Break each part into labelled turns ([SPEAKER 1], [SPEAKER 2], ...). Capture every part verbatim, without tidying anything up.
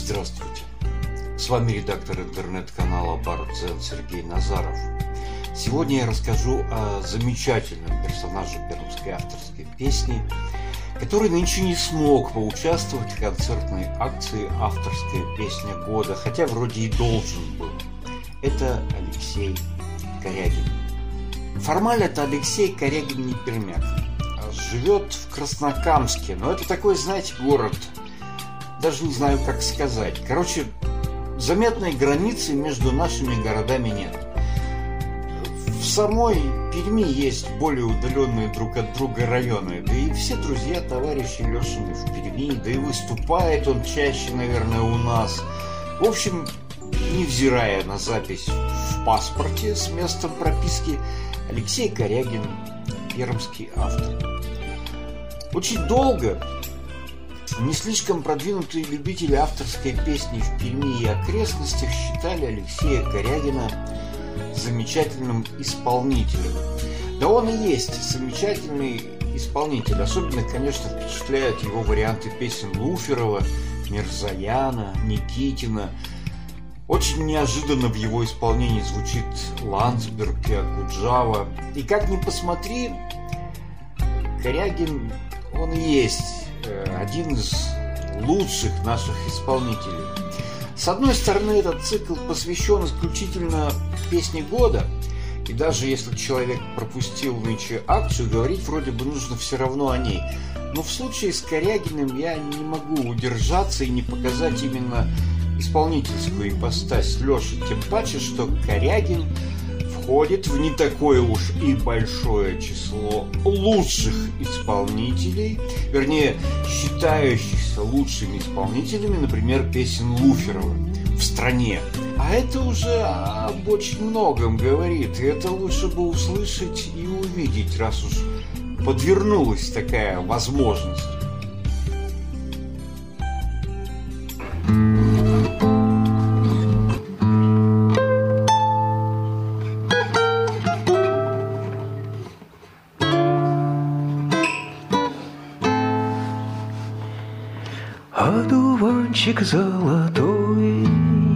[SPEAKER 1] Здравствуйте! С вами редактор интернет-канала Бар-Дзен Сергей Назаров. Сегодня я расскажу о замечательном персонаже пермской авторской песни, который нынче не смог поучаствовать в концертной акции «Авторская песня года», хотя вроде и должен был. Это Алексей Корягин. Формально-то Алексей Корягин не пермяк, а живет в Краснокамске, но это такой, знаете, город, даже не знаю, как сказать. Короче, заметной границы между нашими городами нет. В самой Перми есть более удаленные друг от друга районы, да и все друзья, товарищи Лешины в Перми, да и выступает он чаще, наверное, у нас. В общем, невзирая на запись в паспорте с местом прописки, Алексей Корягин – пермский автор. Очень долго не слишком продвинутые любители авторской песни в Перми и окрестностях считали Алексея Корягина замечательным исполнителем. Да он и есть замечательный исполнитель. Особенно, конечно, впечатляют его варианты песен Луферова, Мирзояна, Никитина. Очень неожиданно в его исполнении звучит Ландсберг и Акуджава. И как ни посмотри, Корягин, он и есть один из лучших наших исполнителей. С одной стороны, этот цикл посвящен исключительно песне года, и даже если человек пропустил нынче акцию, говорить вроде бы нужно все равно о ней. Но в случае с Корягиным я не могу удержаться и не показать именно исполнительскую ипостась Леши, тем паче, что Корягин входит в не такое уж и большое число лучших исполнителей, вернее, считающихся лучшими исполнителями, например, песен Луферова в стране. А это уже об очень многом говорит, и это лучше бы услышать и увидеть, раз уж подвернулась такая возможность.
[SPEAKER 2] Одуванчик золотой,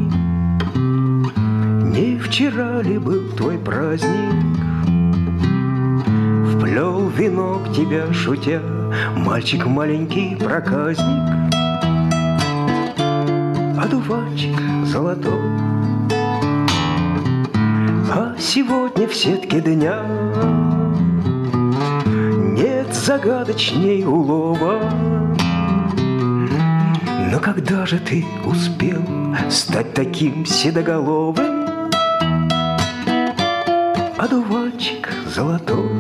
[SPEAKER 2] не вчера ли был твой праздник? Вплел венок тебя, шутя, мальчик маленький проказник. Одуванчик золотой, а сегодня в сетке дня нет загадочней улова. Но когда же ты успел стать таким седоголовым, одуванчик золотой?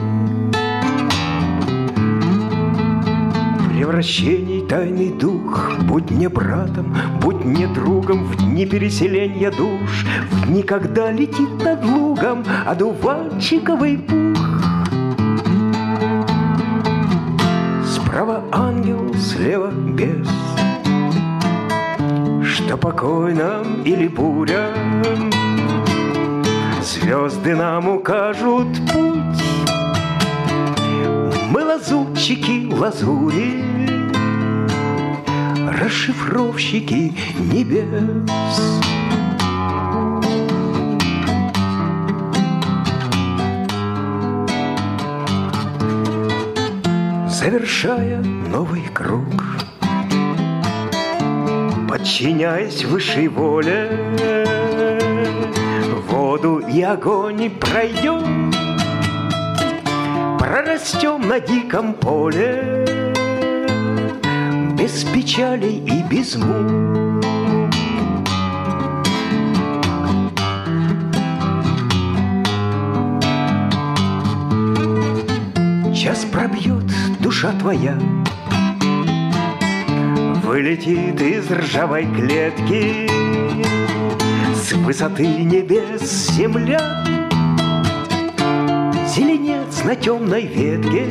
[SPEAKER 2] Превращений тайный дух, будь мне братом, будь мне другом, в дни переселения душ, в дни, когда летит над лугом одуванчиковый пух. Справа ангел, слева бес, что покой нам или буря, звезды нам укажут путь. Мы лазутчики лазури, расшифровщики небес. Завершая новый круг, подчиняясь высшей воле, воду и огонь пройдем, прорастем на диком поле, без печалей и без мук. Час пробьет, душа твоя вылетит из ржавой клетки, с высоты небес земля, зеленец на темной ветке,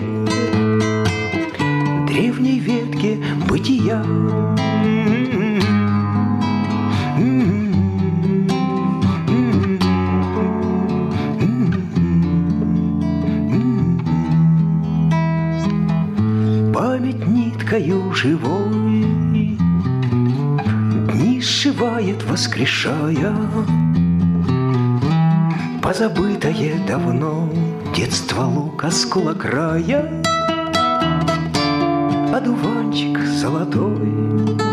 [SPEAKER 2] древней ветке бытия. Память ниткою живой, дни сшивает, воскрешая позабытое давно детство лук оскола края. Одуванчик золотой,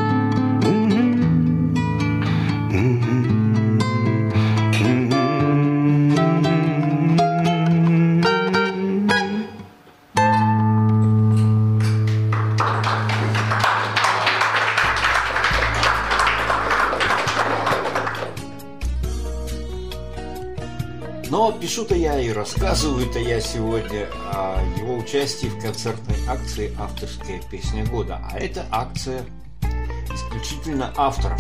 [SPEAKER 1] Но пишу-то я и рассказываю-то я сегодня о его участии в концертной акции «Авторская песня года». А это акция исключительно авторов.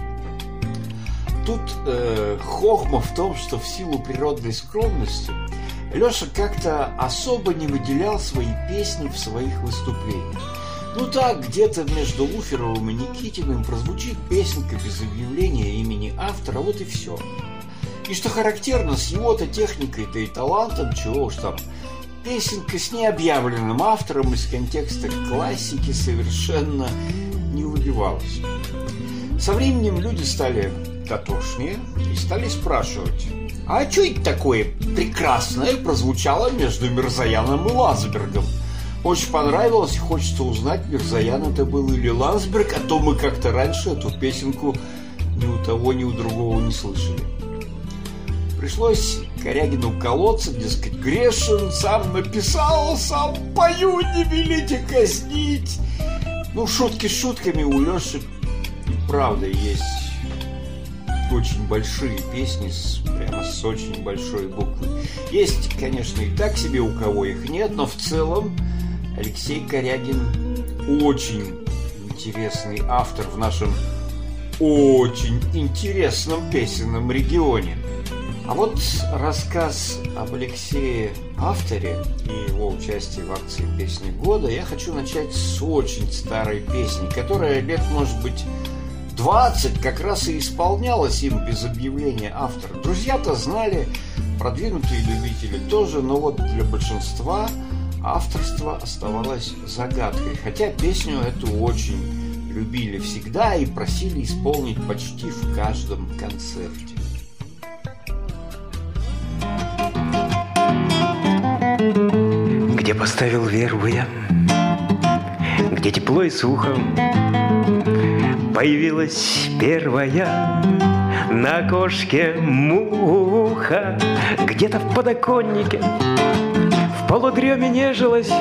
[SPEAKER 1] Тут э, хохма в том, что в силу природной скромности Леша как-то особо не выделял свои песни в своих выступлениях. Ну так, где-то между Луферовым и Никитиным прозвучит песенка без объявления имени автора, вот и все. И что характерно, с его-то техникой-то и талантом, чего уж там, песенка с необъявленным автором из контекста классики совершенно не выбивалась. Со временем люди стали дотошнее и стали спрашивать: а что это такое прекрасное прозвучало между Мирзояном и Ландсбергом? Очень понравилось, и хочется узнать, Мирзоян это был или Ландсберг, а то мы как-то раньше эту песенку ни у того, ни у другого не слышали. Пришлось Корягину колоться, дескать, грешен, сам написал, сам пою, не велите казнить. Ну, шутки шутками, у Леши правда есть очень большие песни, с, прямо с очень большой буквы. Есть, конечно, и так себе, у кого их нет, но в целом Алексей Корягин очень интересный автор в нашем очень интересном песенном регионе. А вот рассказ об Алексее авторе и его участии в акции «Песни года» я хочу начать с очень старой песни, которая лет, может быть, двадцать как раз и исполнялась им без объявления автора. Друзья-то знали, продвинутые любители тоже, но вот для большинства авторство оставалось загадкой. Хотя песню эту очень любили всегда и просили исполнить почти в каждом концерте.
[SPEAKER 2] Где поставил вербу я, где тепло и сухо, появилась первая на окошке муха. Где-то в подоконнике в полудреме нежилась,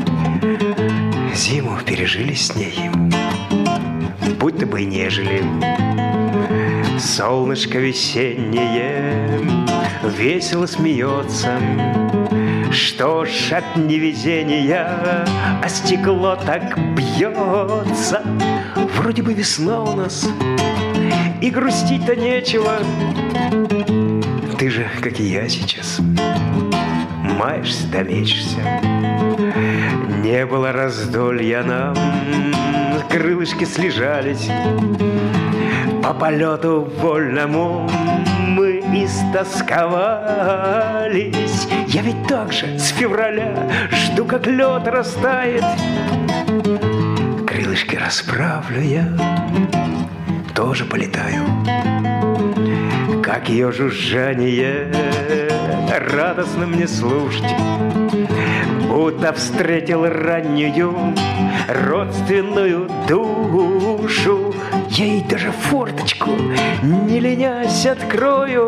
[SPEAKER 2] зиму пережили с ней, будто бы и нежели. Солнышко весеннее весело смеется. Что ж, от невезения, а стекло так бьется. Вроде бы весна у нас, и грустить-то нечего. Ты же, как и я сейчас, маешься да мечешься. Не было раздолья нам, крылышки слежались. По полету вольному мы истосковались. Я ведь так же с февраля жду, как лед растает. Крылышки расправлю я, тоже полетаю. Как ее жужжание радостно мне слушать, будто встретил раннюю родственную душу. Я ей даже форточку, не ленясь, открою,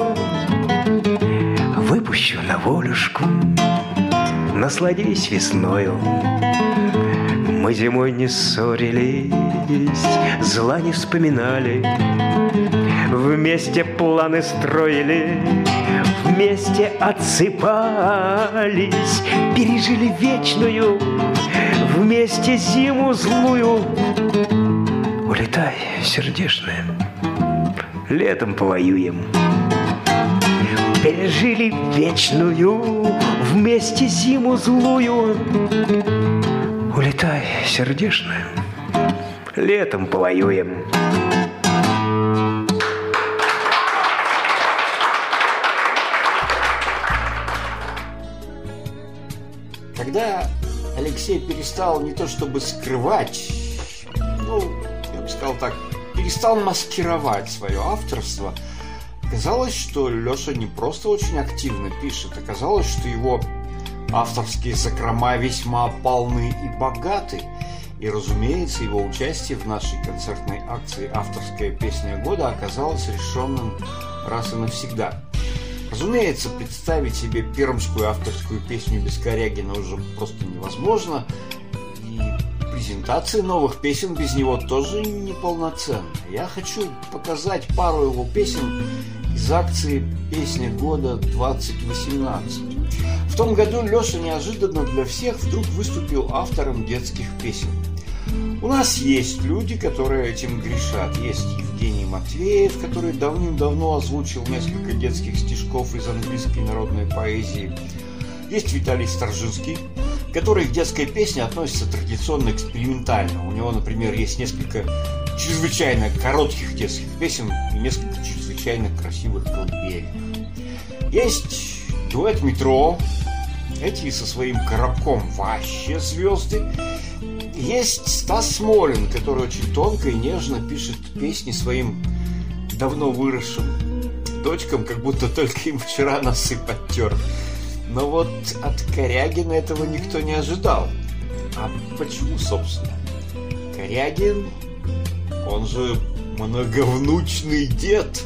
[SPEAKER 2] выпущу на волюшку, насладись весною. Мы зимой не ссорились, зла не вспоминали, вместе планы строили, вместе отсыпались, пережили вечную вместе зиму злую. Улетай, сердечная, летом повоюем. Пережили вечную вместе зиму злую. Улетай, сердечная, летом повоюем.
[SPEAKER 1] Когда Алексей перестал не то чтобы скрывать, ну, я бы сказал так, перестал маскировать свое авторство, оказалось, что Леша не просто очень активно пишет, оказалось, что его авторские закрома весьма полны и богаты. И, разумеется, его участие в нашей концертной акции «Авторская песня года» оказалось решенным раз и навсегда. Разумеется, представить себе пермскую авторскую песню без Корягина уже просто невозможно, и презентации новых песен без него тоже неполноценны. Я хочу показать пару его песен из акции «Песня года двадцать восемнадцать». В том году Леша неожиданно для всех вдруг выступил автором детских песен. У нас есть люди, которые этим грешат. Есть Евгений Матвеев, который давным-давно озвучил несколько детских стишков из английской народной поэзии. Есть Виталий Старжинский, который к детской песне относится традиционно экспериментально. У него, например, есть несколько чрезвычайно коротких детских песен и несколько чрезвычайно красивых колыбельных. Есть дуэт «Метро». Эти со своим коробком вообще звезды. Есть Стас Смолин, который очень тонко и нежно пишет песни своим давно выросшим дочкам, как будто только им вчера носы подтер. Но вот от Корягина этого никто не ожидал. А почему, собственно? Корягин, он же многовнучный дед.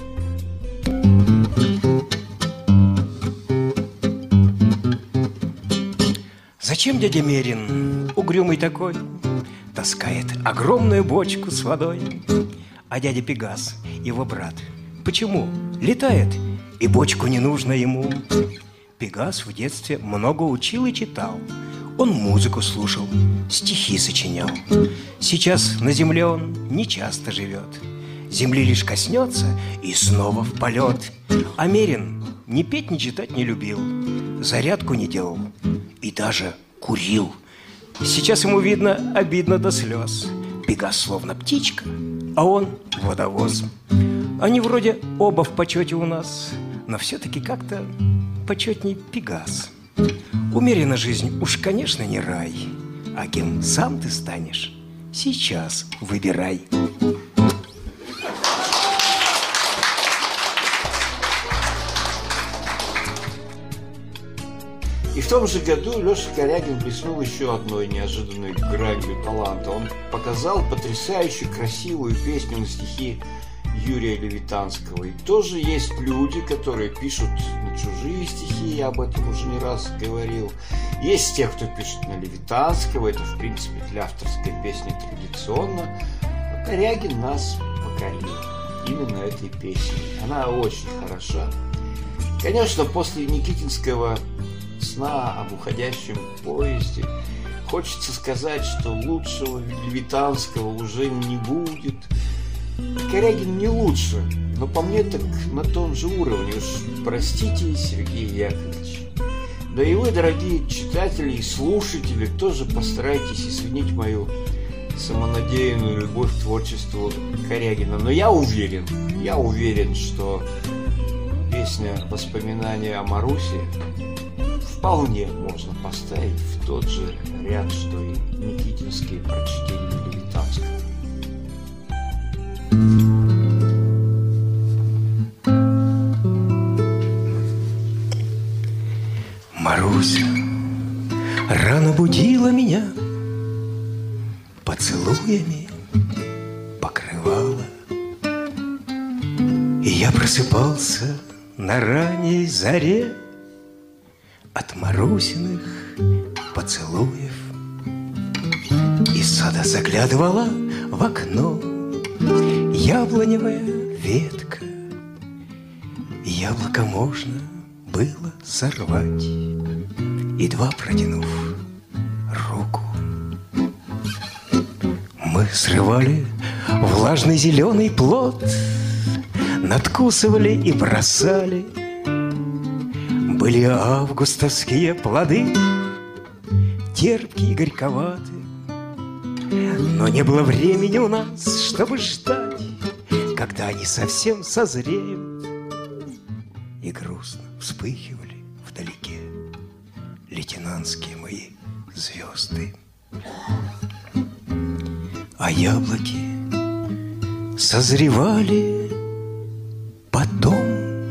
[SPEAKER 2] Зачем дядя Мерин, угрюмый такой, таскает огромную бочку с водой? А дядя Пегас, его брат, почему летает, и бочку не нужно ему? Пегас в детстве много учил и читал. Он музыку слушал, стихи сочинял. Сейчас на земле он не часто живет. Земли лишь коснется и снова в полет. А Мерин ни петь, ни читать не любил, зарядку не делал и даже курил. Сейчас ему, видно, обидно до слез. Пегас словно птичка, а он водовоз. Они вроде оба в почете у нас, но все-таки как-то почетней Пегас. Умерена жизнь уж, конечно, не рай, а кем сам ты станешь, сейчас выбирай.
[SPEAKER 1] И в том же году Леша Корягин блеснул еще одной неожиданной гранью таланта. Он показал потрясающе красивую песню на стихи Юрия Левитанского. И тоже есть люди, которые пишут на чужие стихи, я об этом уже не раз говорил. Есть те, кто пишет на Левитанского, это, в принципе, для авторской песни традиционно. А Корягин нас покорил именно этой песней. Она очень хороша. Конечно, после Никитинского «Сна об уходящем поезде» хочется сказать, что лучшего Левитанского уже не будет. Корягин не лучше, но по мне так на том же уровне. Уж простите, Сергей Яковлевич. Да и вы, дорогие читатели и слушатели, тоже постарайтесь извинить мою самонадеянную любовь к творчеству Корягина. Но я уверен, я уверен, что песня «Воспоминания о Марусе» вполне можно поставить в тот же ряд, что и никитинские прочтения Левитанского.
[SPEAKER 2] Маруся рано будила меня, поцелуями покрывала, и я просыпался на ранней заре от Марусиных поцелуев. Из сада заглядывала в окно яблоневая ветка, яблоко можно было сорвать, едва протянув руку. Мы срывали влажный зеленый плод, надкусывали и бросали. Были августовские плоды, терпкие и горьковаты, но не было времени у нас, чтобы ждать, когда они совсем созреют. И грустно вспыхивали вдалеке лейтенантские мои звезды. А яблоки созревали, потом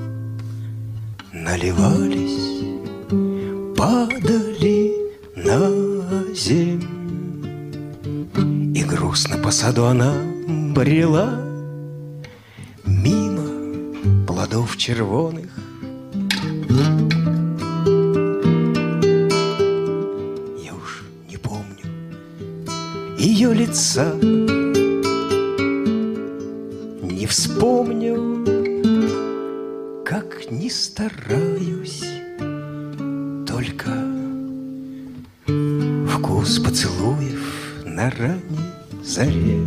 [SPEAKER 2] наливались, падали на земь. И грустно по саду она брела мимо плодов червоных. Я уж не помню ее лица, не вспомню, как не стараюсь, только вкус поцелуев на ранней заре,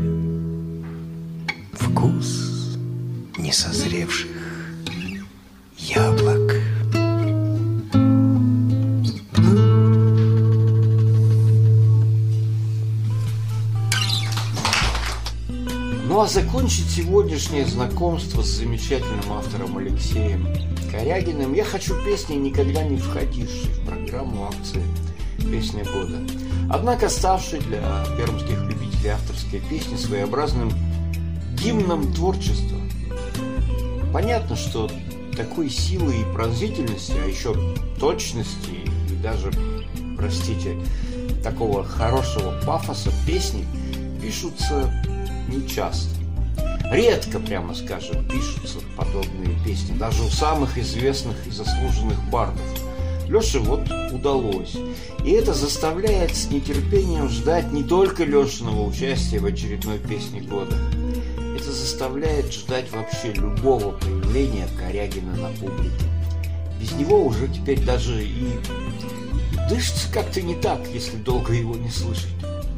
[SPEAKER 2] вкус несозревших яблок.
[SPEAKER 1] Ну а закончить сегодняшнее знакомство с замечательным автором Алексеем Корягиным я хочу песней, никогда не входившей в программу акции «Песня года», однако ставшей для пермских любителей авторской песни своеобразным гимном творчества. Понятно, что такой силы и пронзительности, а еще точности и даже, простите, такого хорошего пафоса песни пишутся нечасто. Редко, прямо скажем, пишутся подобные песни, даже у самых известных и заслуженных бардов. Леше вот удалось. И это заставляет с нетерпением ждать не только Лешиного участия в очередной песне года. Это заставляет ждать вообще любого появления Корягина на публике. Без него уже теперь даже и дышится как-то не так, если долго его не слышать.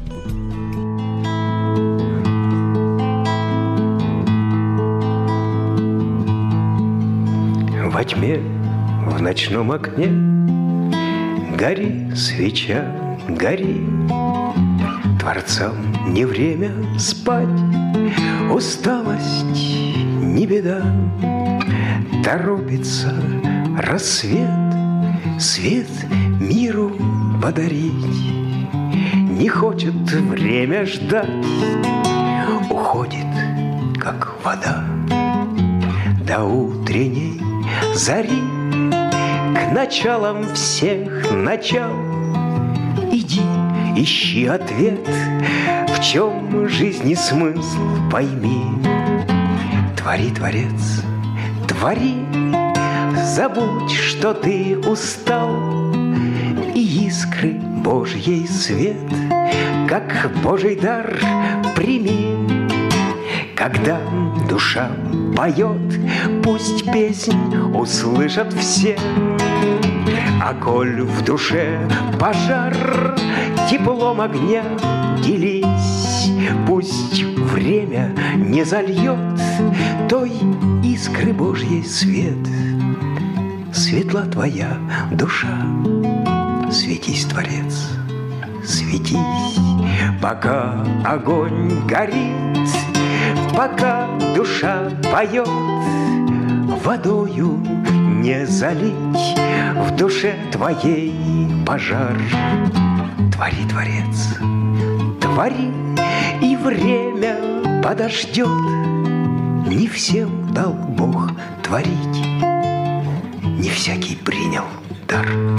[SPEAKER 2] Во тьме, в ночном окне гори свеча, гори. Творцам не время спать, усталость не беда. Торопится рассвет, свет миру подарить. Не хочет время ждать, уходит, как вода. До утренней зари, к началам всех начал, иди, ищи ответ, в чем жизни смысл, пойми. Твори, Творец, твори, забудь, что ты устал, и искры Божьей свет, как Божий дар, прими. Когда душа поет, пусть песнь услышат все. А коль в душе пожар, теплом огня делись. Пусть время не зальет той искры Божьей свет. Светла твоя душа, светись, Творец, светись, пока огонь горит. Пока душа поет, водою не залить в душе твоей пожар. Твори, Творец, твори, и время подождет. Не всем дал Бог творить, не всякий принял дар.